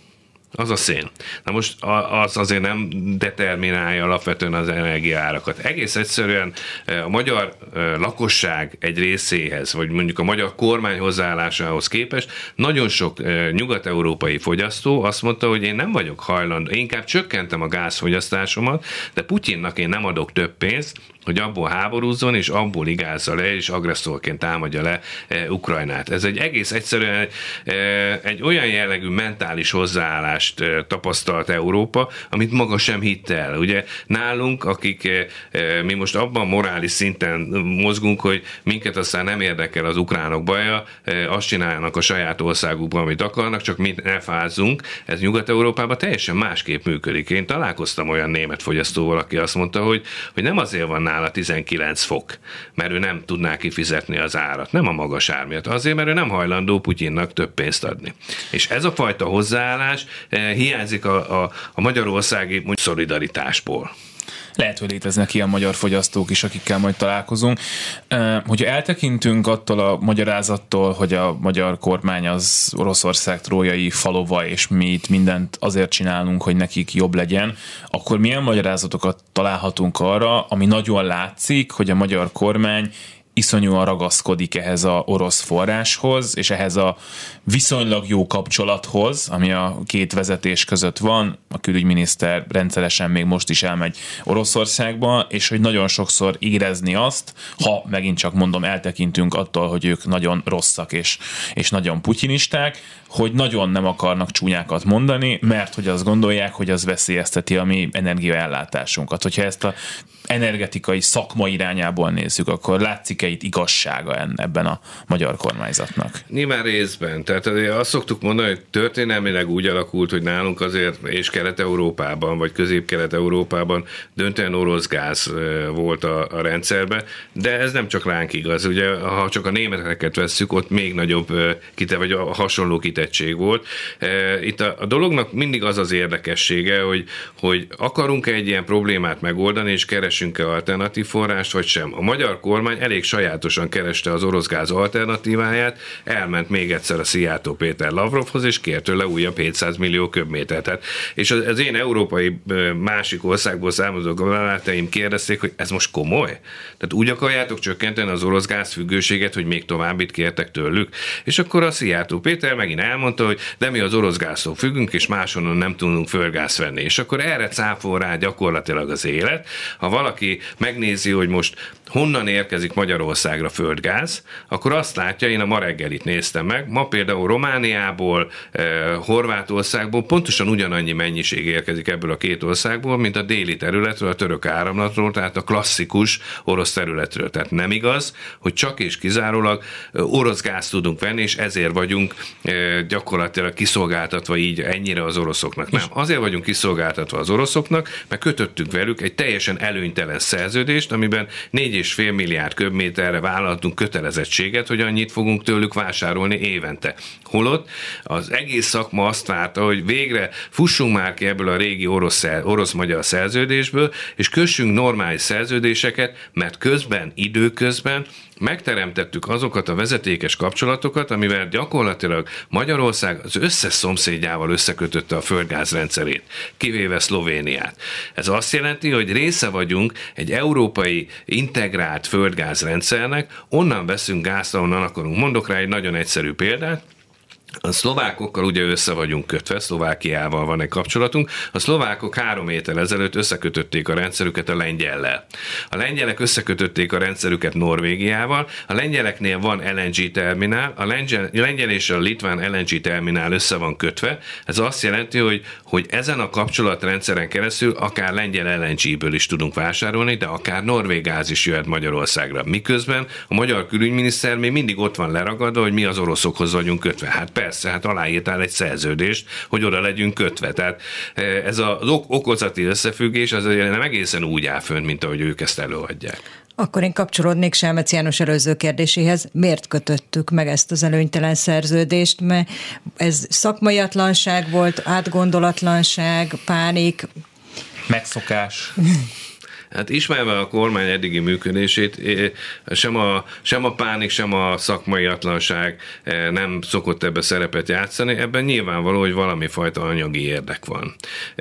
Az a szén. Na most az azért nem determinálja alapvetően az energiaárakat. Egész egyszerűen a magyar lakosság egy részéhez, vagy mondjuk a magyar kormány hozzáállásához képest nagyon sok nyugat-európai fogyasztó azt mondta, hogy én nem vagyok hajlandó, én inkább csökkentem a gázfogyasztásomat, de Putyinnak én nem adok több pénzt, hogy abból háborúzzon, és abból igázza le, és agresszorként támadja le e, Ukrajnát. Ez egy egész egyszerűen e, egy olyan jellegű mentális hozzáállást e, tapasztalt Európa, amit maga sem hitt el. Ugye nálunk, akik e, e, mi most abban morális szinten mozgunk, hogy minket aztán nem érdekel az ukránok baja, e, azt csinálnak a saját országukban, amit akarnak, csak mi ne fázzunk. Ez Nyugat-Európában teljesen másképp működik. Én találkoztam olyan német fogyasztóval, aki azt mondta, hogy, hogy nem azért van nála tizenkilenc fok, mert ő nem tudná kifizetni az árat. Nem a magas ár miatt, azért, mert ő nem hajlandó Putyinnak több pénzt adni. És ez a fajta hozzáállás eh, hiányzik a, a, a magyarországi mondjuk, szolidaritásból.
Lehet, hogy léteznek ilyen magyar fogyasztók is, akikkel majd találkozunk. Hogyha eltekintünk attól a magyarázattól, hogy a magyar kormány az Oroszország trójai falova, és mi itt mindent azért csinálunk, hogy nekik jobb legyen, akkor milyen magyarázatokat találhatunk arra, ami nagyon látszik, hogy a magyar kormány iszonyúan ragaszkodik ehhez a orosz forráshoz, és ehhez a viszonylag jó kapcsolathoz, ami a két vezetés között van. A külügyminiszter rendszeresen még most is elmegy Oroszországba, és hogy nagyon sokszor érezni azt, ha megint csak mondom, eltekintünk attól, hogy ők nagyon rosszak és, és nagyon putyinisták, hogy nagyon nem akarnak csúnyákat mondani, mert hogy azt gondolják, hogy az veszélyezteti a mi energiaellátásunkat. Hogyha ezt a energetikai szakma irányából nézzük, akkor látszik-e itt igazsága ebben a magyar kormányzatnak?
Nyilván részben. Tehát azt szoktuk mondani, hogy történelmileg úgy alakult, hogy nálunk azért, és Kelet-Európában, vagy Közép-Kelet-Európában döntően orosz gáz volt a, a rendszerben, de ez nem csak ránk igaz. Ugye, ha csak a németeket vesszük, ott még nagyobb, vagy a hasonló kitettség volt. Itt a, a dolognak mindig az az érdekessége, hogy, hogy akarunk-e egy ilyen problémát megoldani, és keresünk-e alternatív forrást, vagy sem. A magyar kormány elég sajátosan kereste az orosz gáz alternatíváját, elment még egyszer a Szijjártó Péter Lavrovhoz, és kért tőle újabb hétszáz millió köbmétert. Tehát, és az, az én európai másik országból származó barátaim kérdezték, hogy ez most komoly? Tehát úgy akarjátok csökkenteni az orosz gáz függőséget, hogy még továbbit kértek tőlük? És akkor a Szijjártó Péter megint elmondta, hogy de mi az orosz gáztól függünk, és máshonnan nem tudunk földgázt venni. És akkor erre cáfol rá gyakorlatilag az élet. Ha valaki megnézi, hogy most honnan érkezik Magyarországra földgáz, akkor azt látja, én a ma reggelit néztem meg, ma például Romániából, eh, Horvátországból pontosan ugyanannyi mennyiség érkezik ebből a két országból, mint a déli területről, a török áramlatról, tehát a klasszikus orosz területről. Tehát nem igaz, hogy csak és kizárólag orosz gázt tudunk venni, és ezért vagyunk eh, gyakorlatilag kiszolgáltatva így ennyire az oroszoknak. Nem, azért vagyunk kiszolgáltatva az oroszoknak, mert kötöttünk velük egy teljesen előnytelen szerződést, amiben négy és fél milliárd köbméterre vállaltunk kötelezettséget, hogy annyit fogunk tőlük vásárolni évente. Holott az egész szakma azt várta, hogy végre fussunk már ki ebből a régi orosz, orosz-magyar szerződésből, és kössünk normális szerződéseket, mert közben, időközben megteremtettük azokat a vezetékes kapcsolatokat, amivel gyakorlatilag Magyarország az összes szomszédjával összekötötte a földgázrendszerét, kivéve Szlovéniát. Ez azt jelenti, hogy része vagyunk egy európai integrált földgázrendszernek, onnan veszünk gázt, ahonnan akarunk. Mondok rá egy nagyon egyszerű példát. A szlovákokkal ugye össze vagyunk kötve, Szlovákiával van egy kapcsolatunk. A szlovákok három héttel ezelőtt összekötötték a rendszerüket a lengyellel. A lengyelek összekötötték a rendszerüket Norvégiával, a lengyeleknél van el en gé terminál, a lengyel, lengyel és a litván el en gé terminál össze van kötve. Ez azt jelenti, hogy, hogy ezen a kapcsolatrendszeren keresztül akár lengyel el en géből is tudunk vásárolni, de akár norvég gáz is jöhet Magyarországra. Miközben a magyar külügyminiszter még mindig ott van leragadva, hogy mi az oroszokhoz vagyunk kötve. Hát persze, hát aláírtál egy szerződést, hogy oda legyünk kötve. Tehát ez az ok- okozati összefüggés az nem egészen úgy áll fönn, mint ahogy ők ezt előadják.
Akkor én kapcsolódnék Selmecz János előző kérdéséhez. Miért kötöttük meg ezt az előnytelen szerződést? Mert ez szakmaiatlanság volt, átgondolatlanság, pánik?
Megszokás.
Hát ismerve a kormány eddigi működését, sem a, sem a pánik, sem a szakmaiatlanság nem szokott ebbe szerepet játszani, ebben nyilvánvaló, hogy valami fajta anyagi érdek van.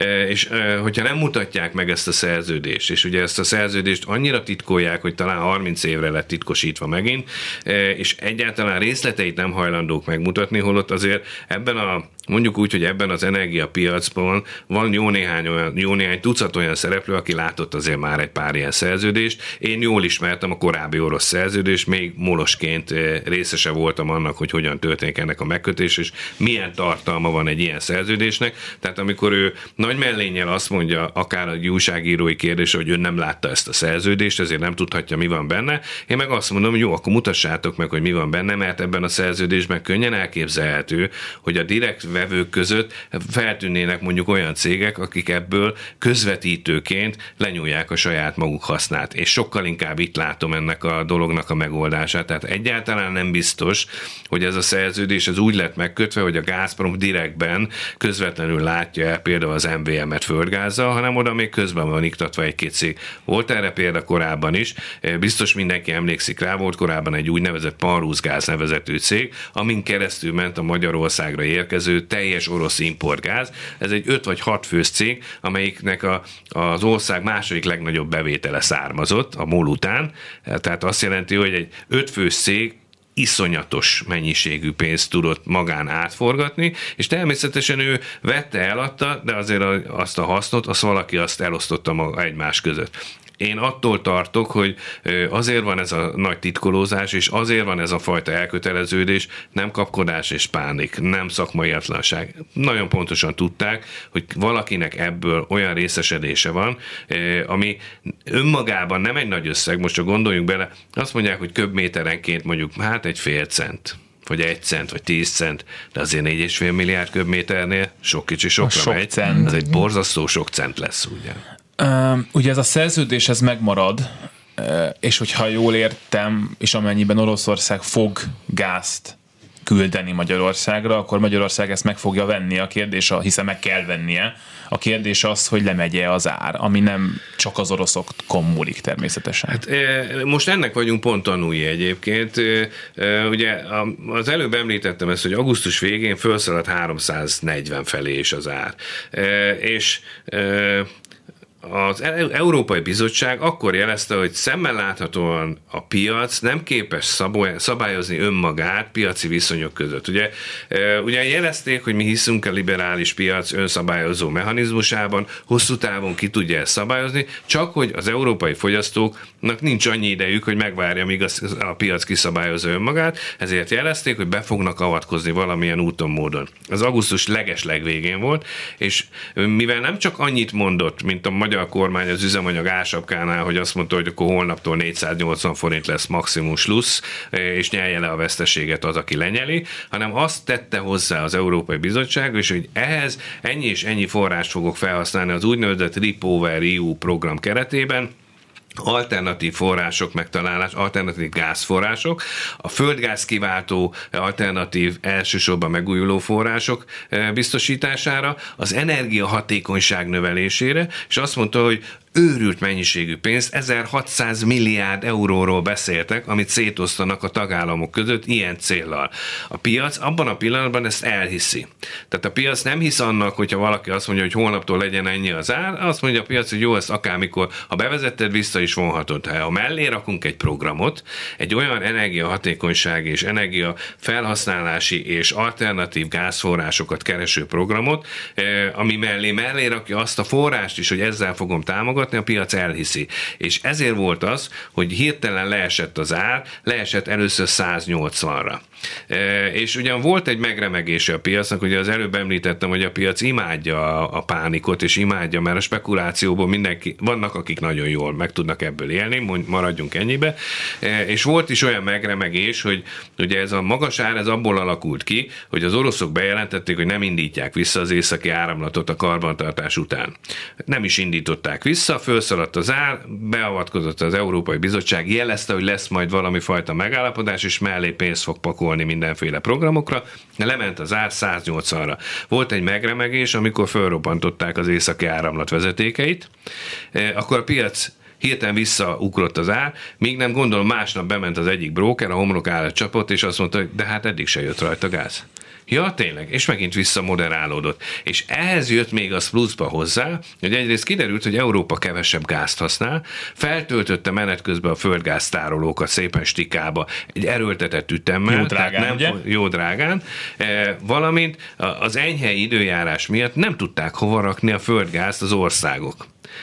És hogyha nem mutatják meg ezt a szerződést, és ugye ezt a szerződést annyira titkolják, hogy talán harminc évre lett titkosítva megint, és egyáltalán részleteit nem hajlandók megmutatni, holott azért ebben a mondjuk úgy, hogy ebben az energiapiacban van jó néhány, olyan, jó néhány tucat olyan szereplő, aki látott azért már egy pár ilyen szerződést. Én jól ismertem a korábbi orosz szerződést, még molosként részese voltam annak, hogy hogyan történik ennek a megkötés, és milyen tartalma van egy ilyen szerződésnek. Tehát amikor ő nagy mellénnyel azt mondja, akár egy újságírói kérdés, hogy ő nem látta ezt a szerződést, ezért nem tudhatja, mi van benne, én meg azt mondom, hogy jó, akkor mutassátok meg, hogy mi van benne, mert ebben a szerződésben könnyen elképzelhető, hogy a direkt vevők között feltűnnének mondjuk olyan cégek, akik ebből közvetítőként lenyúlják a saját maguk hasznát. És sokkal inkább itt látom ennek a dolognak a megoldását. Tehát egyáltalán nem biztos, hogy ez a szerződés ez úgy lett megkötve, hogy a Gazprom direktben közvetlenül látja el például az em vé em-et földgázzal, hanem oda még közben van iktatva egy-két cég. Volt erre példa korábban is, biztos mindenki emlékszik rá, volt korábban egy úgynevezett Panruszgáz nevezetű cég, amin keresztül ment a Magyarországra érkező teljes orosz importgáz. Ez egy öt vagy hat fős cég, amelyiknek a, az ország második legnagyobb bevétele származott, a MOL után. Tehát azt jelenti, hogy egy öt fős cég iszonyatos mennyiségű pénzt tudott magán átforgatni, és természetesen ő vette, eladta, de azért azt a hasznot, azt valaki azt elosztotta maga egymás között. Én attól tartok, hogy azért van ez a nagy titkolózás, és azért van ez a fajta elköteleződés, nem kapkodás és pánik, nem szakmaiatlanság. Nagyon pontosan tudták, hogy valakinek ebből olyan részesedése van, ami önmagában nem egy nagy összeg, most csak gondoljunk bele, azt mondják, hogy köbméterenként mondjuk hát egy fél cent, vagy egy cent, vagy tíz cent, de azért négy és fél milliárd köbméternél sok kicsi sokra
sok
megy.
Cent.
Ez egy borzasztó sok cent lesz, ugye?
Uh, ugye ez a szerződés, ez megmarad, uh, és hogyha jól értem, és amennyiben Oroszország fog gázt küldeni Magyarországra, akkor Magyarország ezt meg fogja venni. A kérdés, hiszen meg kell vennie. A kérdés az, hogy lemegye az ár, ami nem csak az oroszokon múlik természetesen.
Hát, most ennek vagyunk pont tanúi egyébként. Ugye az előbb említettem ezt, hogy augusztus végén felszaladt háromszáznegyven felé is az ár. És az Európai Bizottság akkor jelezte, hogy szemmel láthatóan a piac nem képes szabályozni önmagát piaci viszonyok között. Ugye, ugye jelezték, hogy mi hiszünk a liberális piac önszabályozó mechanizmusában, hosszú távon ki tudja ezt szabályozni, csak hogy az európai fogyasztóknak nincs annyi idejük, hogy megvárja, míg a piac kiszabályozza önmagát, ezért jelezték, hogy be fognak avatkozni valamilyen úton, módon. Az augusztus legesleg végén volt, és mivel nem csak annyit mondott, mint a magyar kormány az üzemanyag ársapkánál, hogy azt mondta, hogy akkor holnaptól négyszáznyolcvan forint lesz maximum slusz, és nyelje le a veszteséget az, aki lenyeli, hanem azt tette hozzá az Európai Bizottság, és hogy ehhez ennyi és ennyi forrást fogok felhasználni az úgynevezett REPower é u program keretében, alternatív források megtalálás, alternatív gázforrások, a földgáz kiváltó alternatív elsősorban megújuló források biztosítására, az energiahatékonyság növelésére, és azt mondta, hogy őrült mennyiségű pénzt, ezerhatszáz milliárd euróról beszéltek, amit szétosztanak a tagállamok között ilyen céllal. A piac abban a pillanatban ezt elhiszi. Tehát a piac nem hisz annak, hogyha valaki azt mondja, hogy holnaptól legyen ennyi az ár, azt mondja a piac, hogy jó, ezt akármikor, ha bevezetted, vissza is vonhatod. Ha mellé rakunk egy programot, egy olyan energiahatékonyság és energia felhasználási és alternatív gázforrásokat kereső programot, ami mellé mellé rakja azt a forrást is, hogy ezzel fogom támogatni, a piac elhiszi. És ezért volt az, hogy hirtelen leesett az ár, leesett először száznyolcvanra. E, és ugyan volt egy megremegése a piacnak, ugye az előbb említettem, hogy a piac imádja a, a pánikot, és imádja, mert a spekulációból mindenki, vannak, akik nagyon jól meg tudnak ebből élni, maradjunk ennyibe, e, és volt is olyan megremegés, hogy ugye ez a magas ár, ez abból alakult ki, hogy az oroszok bejelentették, hogy nem indítják vissza az északi áramlatot a karbantartás után. Nem is indították vissza, felszaladt az ár, beavatkozott az Európai Bizottság, jelezte, hogy lesz majd valami fajta megállapodás, és mellé pénzt fog pakolni mindenféle programokra, lement az ár száznyolcvanra. Volt egy megremegés, amikor fölrobbantották az északi áramlat vezetékeit, akkor a piac hirtelen visszaugrott az ár, míg nem gondolom másnap bement az egyik bróker, a homlokára csapott, és azt mondta, hogy de hát eddig se jött rajta gáz. Ja, tényleg, és megint visszamoderálódott. És ehhez jött még az pluszba hozzá, hogy egyrészt kiderült, hogy Európa kevesebb gázt használ, feltöltötte menet közben a földgáztárolókat szépen stikába egy erőltetett ütemmel.
Jó drágán,
nem,
ugye?
Jó drágán, eh, valamint az enyhe időjárás miatt nem tudták hova rakni a földgázt az országok.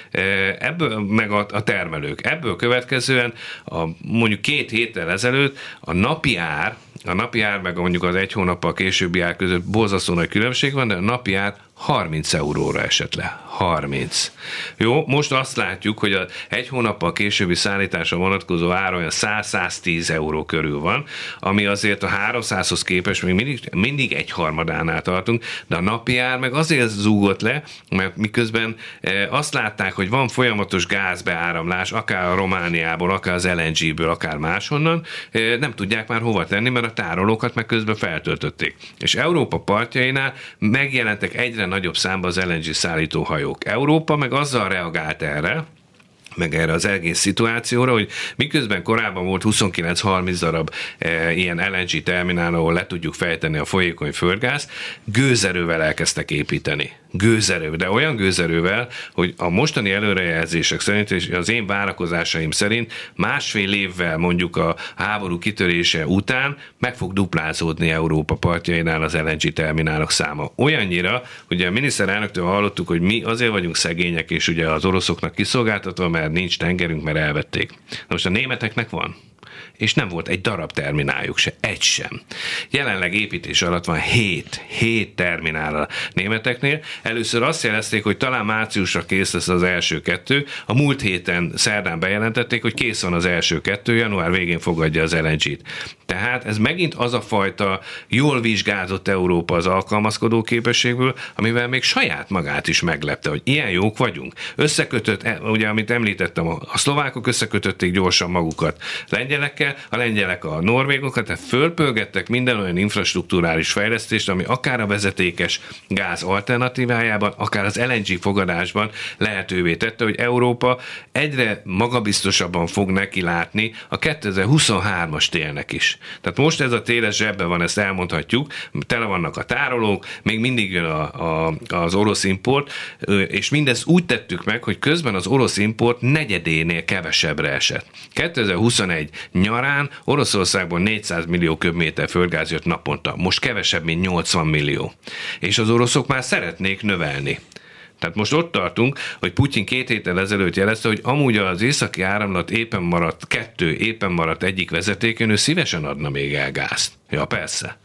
Ebből, meg a, a termelők. Ebből következően a, mondjuk két héttel ezelőtt a napi ár, a napi ár meg mondjuk az egy hónappal későbbi ár között borzasztó nagy különbség van, de a napi ár harminc euróra esett le. harminc. Jó, most azt látjuk, hogy az egy hónappal későbbi szállításra vonatkozó ár olyan száz-száztíz euró körül van, ami azért a háromszázhoz képest még mindig, mindig egy harmadánál tartunk, de a napi ár meg azért zúgott le, mert miközben azt látták, hogy van folyamatos gázbeáramlás, akár a Romániából, akár az el en gé-ből, akár máshonnan, nem tudják már hova tenni, mert a tárolókat meg közben feltöltötték. És Európa partjainál megjelentek egyre nagyobb számban az el en gé szállító hajók. Európa meg azzal reagált erre, meg erre az egész szituációra, hogy miközben korábban volt huszonkilenc-harminc darab e, ilyen el en gé terminál, ahol le tudjuk fejteni a folyékony földgázt, gőzerővel elkezdtek építeni. Gőzerő, de olyan gőzerővel, hogy a mostani előrejelzések szerint, és az én várakozásaim szerint másfél évvel mondjuk a háború kitörése után meg fog duplázódni Európa partjainál az el en gé terminálok száma. Olyannyira, ugye a miniszterelnöktől hallottuk, hogy mi azért vagyunk szegények, és ugye az oroszoknak kiszolgáltatva, mert nincs tengerünk, mert elvették. Na most a németeknek van. És nem volt egy darab termináljuk se, egy sem. Jelenleg építés alatt van hét, hét terminál a németeknél. Először azt jelezték, hogy talán márciusra kész lesz az első kettő. A múlt héten szerdán bejelentették, hogy kész van az első kettő, január végén fogadja az el en gét. Tehát ez megint az a fajta jól vizsgázott Európa az alkalmazkodó képességből, amivel még saját magát is meglepte, hogy ilyen jók vagyunk. Összekötött, ugye amit említettem, a szlovákok összekötötték gyorsan magukat lengyelekkel, a lengyelek a norvégokat, tehát fölpörgettek minden olyan infrastrukturális fejlesztést, ami akár a vezetékes gáz alternatívájában, akár az el en gé fogadásban lehetővé tette, hogy Európa egyre magabiztosabban fog neki látni a kétezer-huszonhármas télnek is. Tehát most ez a tél zsebben van, ezt elmondhatjuk, tele vannak a tárolók, még mindig jön a, a, az orosz import, és mindezt úgy tettük meg, hogy közben az orosz import negyedénél kevesebbre esett. kétezer-huszonegy nyarán Oroszországból négyszáz millió köbméter földgáz jött naponta, most kevesebb, mint nyolcvan millió. És az oroszok már szeretnék növelni. Tehát most ott tartunk, hogy Putyin két héttel ezelőtt jelezte, hogy amúgy az északi áramlat éppen maradt kettő, éppen maradt egyik vezetéken, ő szívesen adna még el gázt. Ja, persze.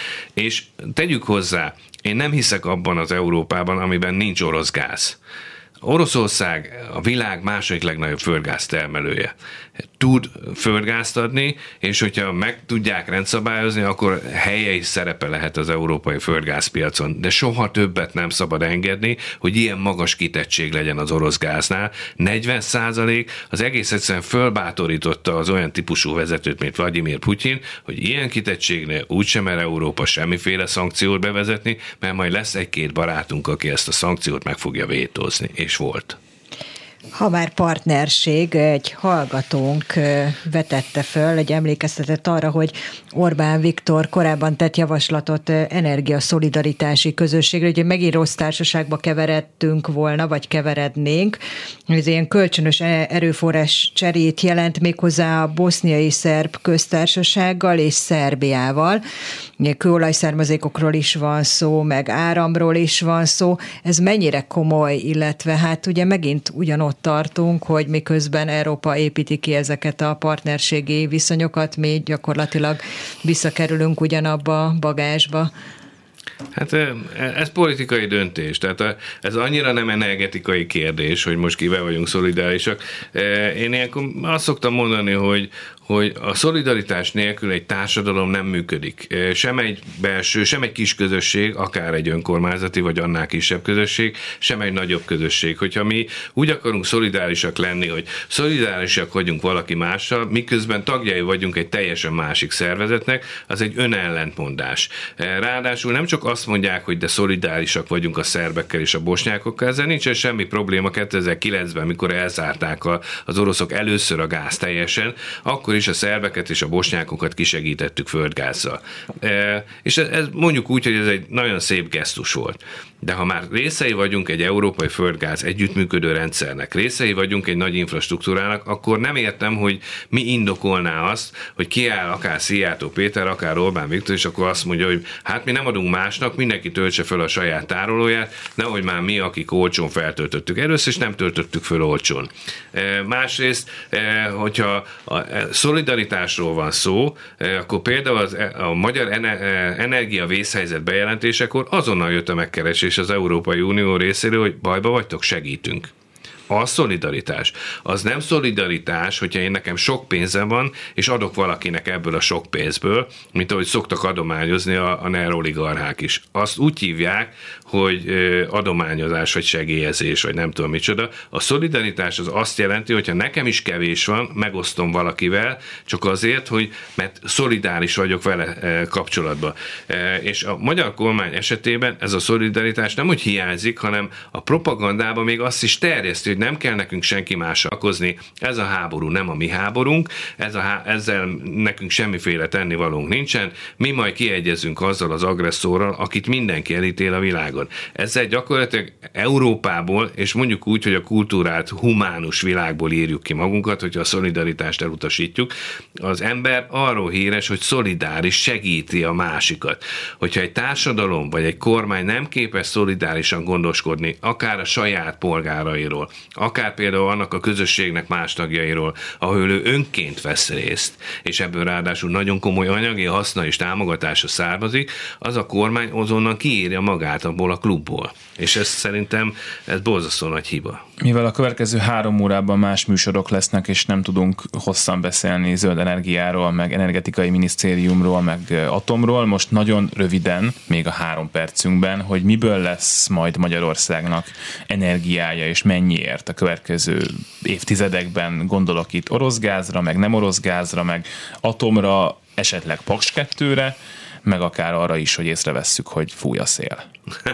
És tegyük hozzá, én nem hiszek abban az Európában, amiben nincs orosz gáz. Oroszország a világ második legnagyobb földgáz termelője. Tud földgázt adni, és hogyha meg tudják rendszabályozni, akkor helye is szerepe lehet az európai földgázpiacon. De soha többet nem szabad engedni, hogy ilyen magas kitettség legyen az orosz gáznál. negyven százalék az egész egyszerűen fölbátorította az olyan típusú vezetőt, mint Vladimir Putyin, hogy ilyen kitettségnél úgysem mer Európa semmiféle szankciót bevezetni, mert majd lesz egy-két barátunk, aki ezt a szankciót meg fogja vétózni. És volt.
Ha már partnerség, egy hallgatónk vetette föl, egy emlékeztetett arra, hogy Orbán Viktor korábban tett javaslatot energiaszolidaritási közösségre, hogy megint rossz társaságba keveredtünk volna, vagy keverednénk. Ez ilyen kölcsönös erőforrás cserét jelent méghozzá a boszniai szerb köztársasággal és Szerbiával. Kőolajszármazékokról is van szó, meg áramról is van szó. Ez mennyire komoly, illetve hát ugye megint ugyanott tartunk, hogy miközben Európa építi ki ezeket a partnerségi viszonyokat, mi gyakorlatilag visszakerülünk ugyanabba a bagázsba.
Hát ez politikai döntés, tehát ez annyira nem energetikai kérdés, hogy most kivel vagyunk szolidárisak. Én ilyenkor azt szoktam mondani, hogy, hogy a szolidaritás nélkül egy társadalom nem működik. Sem egy belső, sem egy kis közösség, akár egy önkormányzati, vagy annál kisebb közösség, sem egy nagyobb közösség. Hogyha mi úgy akarunk szolidárisak lenni, hogy szolidárisak vagyunk valaki mással, miközben tagjai vagyunk egy teljesen másik szervezetnek, az egy önellentmondás. Ráadásul nem csak azt mondják, hogy de szolidárisak vagyunk a szerbekkel és a bosnyákokkal, ezzel nincsen semmi probléma. kétezer-kilencben, mikor elzárták az oroszok először a gáz teljesen, akkor is a szerbeket és a bosnyákokat kisegítettük földgázzal. E, és ez, ez mondjuk úgy, hogy ez egy nagyon szép gesztus volt. De ha már részei vagyunk egy európai földgáz együttműködő rendszernek, részei vagyunk egy nagy infrastruktúrának, akkor nem értem, hogy mi indokolná azt, hogy kiáll akár Szijjártó Péter, akár Orbán Viktor, és akkor azt mondja, hogy hát mi nem adunk másnak, mindenki töltse fel a saját tárolóját, nehogy már mi, akik olcsón feltöltöttük. Először is nem töltöttük föl olcsón. E, másrészt, e, hogyha a szolidaritásról van szó, e, akkor például az, a magyar energia vészhelyzet bejelentésekor azonnal jött a megkeresés az Európai Unió részéről, hogy bajba vagytok, segítünk. A szolidaritás. Az nem szolidaritás, hogyha én nekem sok pénzem van, és adok valakinek ebből a sok pénzből, mint ahogy szoktak adományozni a, a neoligarchák is. Azt úgy hívják, hogy adományozás, vagy segélyezés, vagy nem tudom micsoda. A szolidaritás az azt jelenti, hogyha nekem is kevés van, megosztom valakivel, csak azért, hogy mert szolidáris vagyok vele kapcsolatban. És a magyar kormány esetében ez a szolidaritás nem úgy hiányzik, hanem a propagandában még azt is terjeszti, hogy nem kell nekünk senki mással okozni, ez a háború nem a mi háborunk, ez a há- ezzel nekünk semmiféle tennivalónk nincsen, mi majd kiegyezünk azzal az agresszorral, akit mindenki elítél a világon. Ezzel gyakorlatilag Európából, és mondjuk úgy, hogy a kultúrát humánus világból írjuk ki magunkat, hogyha a szolidaritást elutasítjuk, az ember arról híres, hogy szolidáris, segíti a másikat. Hogyha egy társadalom vagy egy kormány nem képes szolidárisan gondoskodni, akár a saját polgárairól, akár például annak a közösségnek más tagjairól, ahol ő önként vesz részt, és ebből ráadásul nagyon komoly anyagi haszna és támogatása származik, az a kormány azonnal kiírja magát abból a klubból. És ez szerintem ez borzasztó nagy hiba.
Mivel a következő három órában más műsorok lesznek, és nem tudunk hosszan beszélni zöld energiáról, meg energetikai minisztériumról, meg atomról, most nagyon röviden, még a három percünkben, hogy miből lesz majd Magyarországnak energiája, és mennyiért a következő évtizedekben, gondolok itt orosz gázra, meg nem orosz gázra, meg atomra, esetleg Paks kettőre, meg akár arra is, hogy észrevesszük, hogy fúj a szél.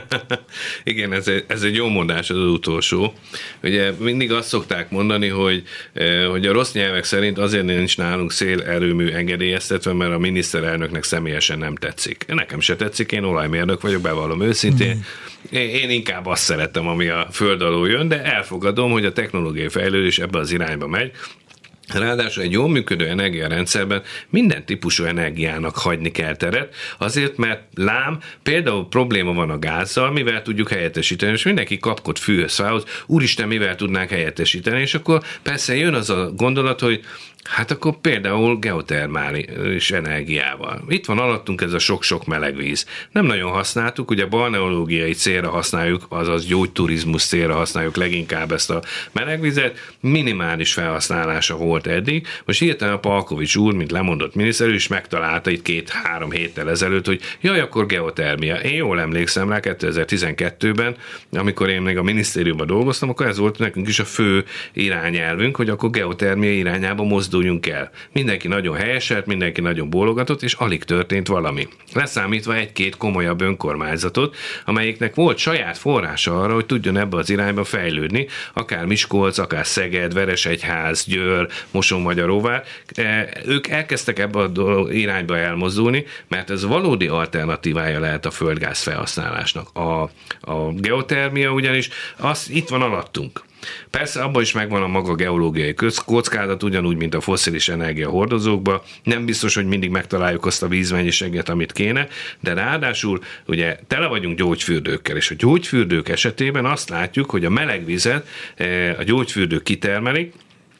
Igen, ez egy, ez egy jó mondás, az utolsó. Ugye mindig azt szokták mondani, hogy, hogy a rossz nyelvek szerint azért nincs nálunk szélerőmű engedélyeztetve, mert a miniszterelnöknek személyesen nem tetszik. Nekem se tetszik, én olajmérnök vagyok, bevallom őszintén. Mm. Én inkább azt szeretem, ami a föld alól jön, de elfogadom, hogy a technológiai fejlődés ebbe az irányba megy. Ráadásul egy jól működő energiarendszerben minden típusú energiának hagyni kell teret, azért, mert lám, például probléma van a gázzal, mivel tudjuk helyettesíteni, és mindenki kapkod fűhöz, fához, úristen, mivel tudnánk helyettesíteni, és akkor persze jön az a gondolat, hogy hát akkor például geotermális energiával. Itt van alattunk ez a sok-sok meleg víz. Nem nagyon használtuk, ugye balneológiai célra használjuk, azaz gyógyturizmus célra használjuk leginkább ezt a melegvizet, minimális felhasználása volt eddig. Most hirtelen a Palkovics úr, mint lemondott miniszter, is megtalálta itt két-három héttel ezelőtt, hogy jaj, akkor geotermia. Én jól emlékszem rá kétezer-tizenkettőben, amikor én még a minisztériumban dolgoztam, akkor ez volt nekünk is a fő irányelvünk, hogy akkor geotermia irányába mozduljunk el. Mindenki nagyon helyeselt, mindenki nagyon bólogatott, és alig történt valami. Leszámítva egy-két komolyabb önkormányzatot, amelyiknek volt saját forrása arra, hogy tudjon ebbe az irányba fejlődni, akár Miskolc, akár Szeged, Veresegyház, Győr, Mosonmagyaróvár. Ők elkezdtek ebbe az irányba elmozdulni, mert ez valódi alternatívája lehet a földgáz felhasználásnak. A, a geotermia ugyanis az itt van alattunk. Persze abban is megvan a maga geológiai kockázat, ugyanúgy, mint a fosszilis energia hordozókban. Nem biztos, hogy mindig megtaláljuk azt a vízmennyiséget, amit kéne, de ráadásul ugye tele vagyunk gyógyfürdőkkel, és a gyógyfürdők esetében azt látjuk, hogy a meleg vizet a gyógyfürdők kitermelik,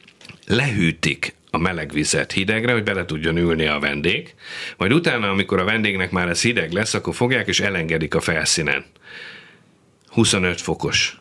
lehűtik a meleg vizet hidegre, hogy bele tudjon ülni a vendég, majd utána, amikor a vendégnek már ez hideg lesz, akkor fogják és elengedik a felszínen. huszonöt fokos.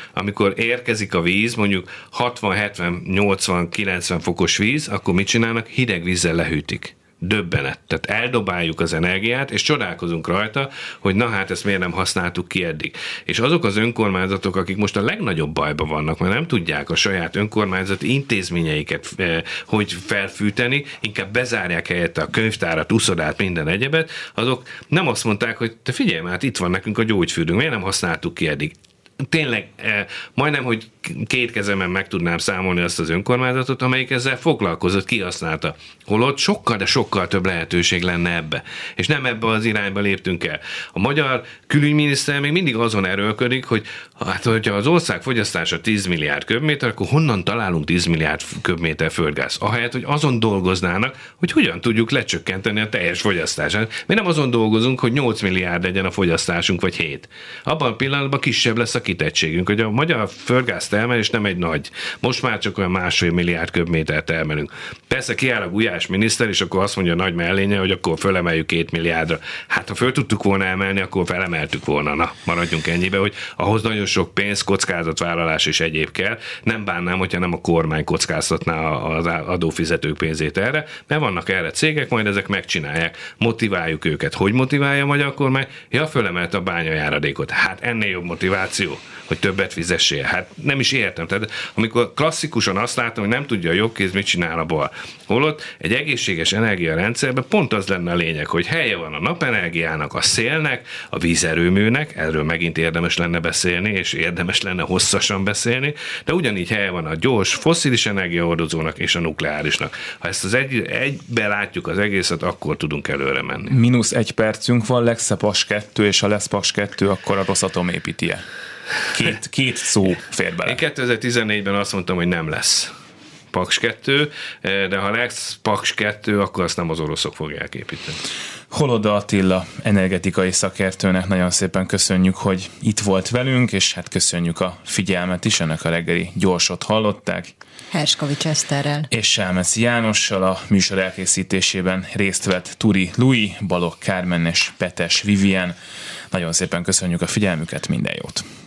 amikor érkezik a víz, mondjuk hatvan, hetven, nyolcvan, kilencven fokos víz, akkor mit csinálnak? Hideg vízzel lehűtik. Döbbenet. Tehát eldobáljuk az energiát, és csodálkozunk rajta, hogy na hát ezt miért nem használtuk ki eddig. És azok az önkormányzatok, akik most a legnagyobb bajban vannak, mert nem tudják a saját önkormányzati intézményeiket eh, hogy felfűteni, inkább bezárják helyette a könyvtárat, uszodát, minden egyebet, azok nem azt mondták, hogy te figyelj már, itt van nekünk a gyógyfürdőnk, miért nem használtuk ki eddig. Tényleg eh, majdnem, hogy két kezemen meg tudnám számolni azt az önkormányzatot, amelyik ezzel foglalkozott, kihasználta. Holott sokkal, de sokkal több lehetőség lenne ebbe. És nem ebbe az irányba léptünk el. A magyar külügyminiszter még mindig azon erőlködik, hogy hát, hogyha az ország fogyasztása tíz milliárd köbméter, akkor honnan találunk tíz milliárd köbméter földgáz? Ahelyett, hogy azon dolgoznának, hogy hogyan tudjuk lecsökkenteni a teljes fogyasztását. Mi nem azon dolgozunk, hogy nyolc milliárd legyen a fogyasztásunk, vagy hét. Abban a pillanatban kisebb lesz a kitettségünk, hogy a magyar földgáz termelés nem egy nagy. Most már csak olyan másfél milliárd köbméter termelünk. Persze kiáll a Gulyás miniszter, és akkor azt mondja a nagy mellénye, hogy akkor fölemeljük két milliárdra. Hát ha föl tudtuk volna emelni, akkor felemeltük volna. Na, maradjunk ennyibe, hogy ahhoz nagyon sok pénz, kockázatvállalás és egyéb kell. Nem bánnám, hogyha nem a kormány kockáztatná az adófizetők pénzét erre, mert vannak erre cégek, majd ezek megcsinálják. Motiváljuk őket. Hogy motiválja a magyar kormány? Ja, fölemelt a bányajáradékot. Hát ennél jobb motiváció, hogy többet fizessél. Hát nem is értem. Tehát amikor klasszikusan azt látom, hogy nem tudja a jobb kéz, mit csinál a bal. Holott egy egészséges energiarendszerben pont az lenne a lényeg, hogy helye van a napenergiának, a szélnek, a vízerőműnek, erről megint érdemes lenne beszélni, és érdemes lenne hosszasan beszélni, de ugyanígy helye van a gyors, fosszilis energiahordozónak és a nukleárisnak. Ha ezt az egy, egybe látjuk az egészet, akkor tudunk előre menni.
Minusz egy percünk van, lesz a Paks kettő, és ha lesz Paks kettő, akkor a Rosatom építi-e? Két, két szó fér bele.
Én kétezer-tizennégyben azt mondtam, hogy nem lesz Paks kettő, de ha lesz Paks kettő, akkor azt nem az oroszok fogják építeni.
Holoda Attila energetikai szakértőnek nagyon szépen köszönjük, hogy itt volt velünk, és hát köszönjük a figyelmet is, ennek a reggeli gyorsot hallották.
Herskovics Eszterrel.
És Selmeci Jánossal. A műsor elkészítésében részt vett Turi Lui, Balogh Kármen és Petes Vivien. Nagyon szépen köszönjük a figyelmüket, minden jót!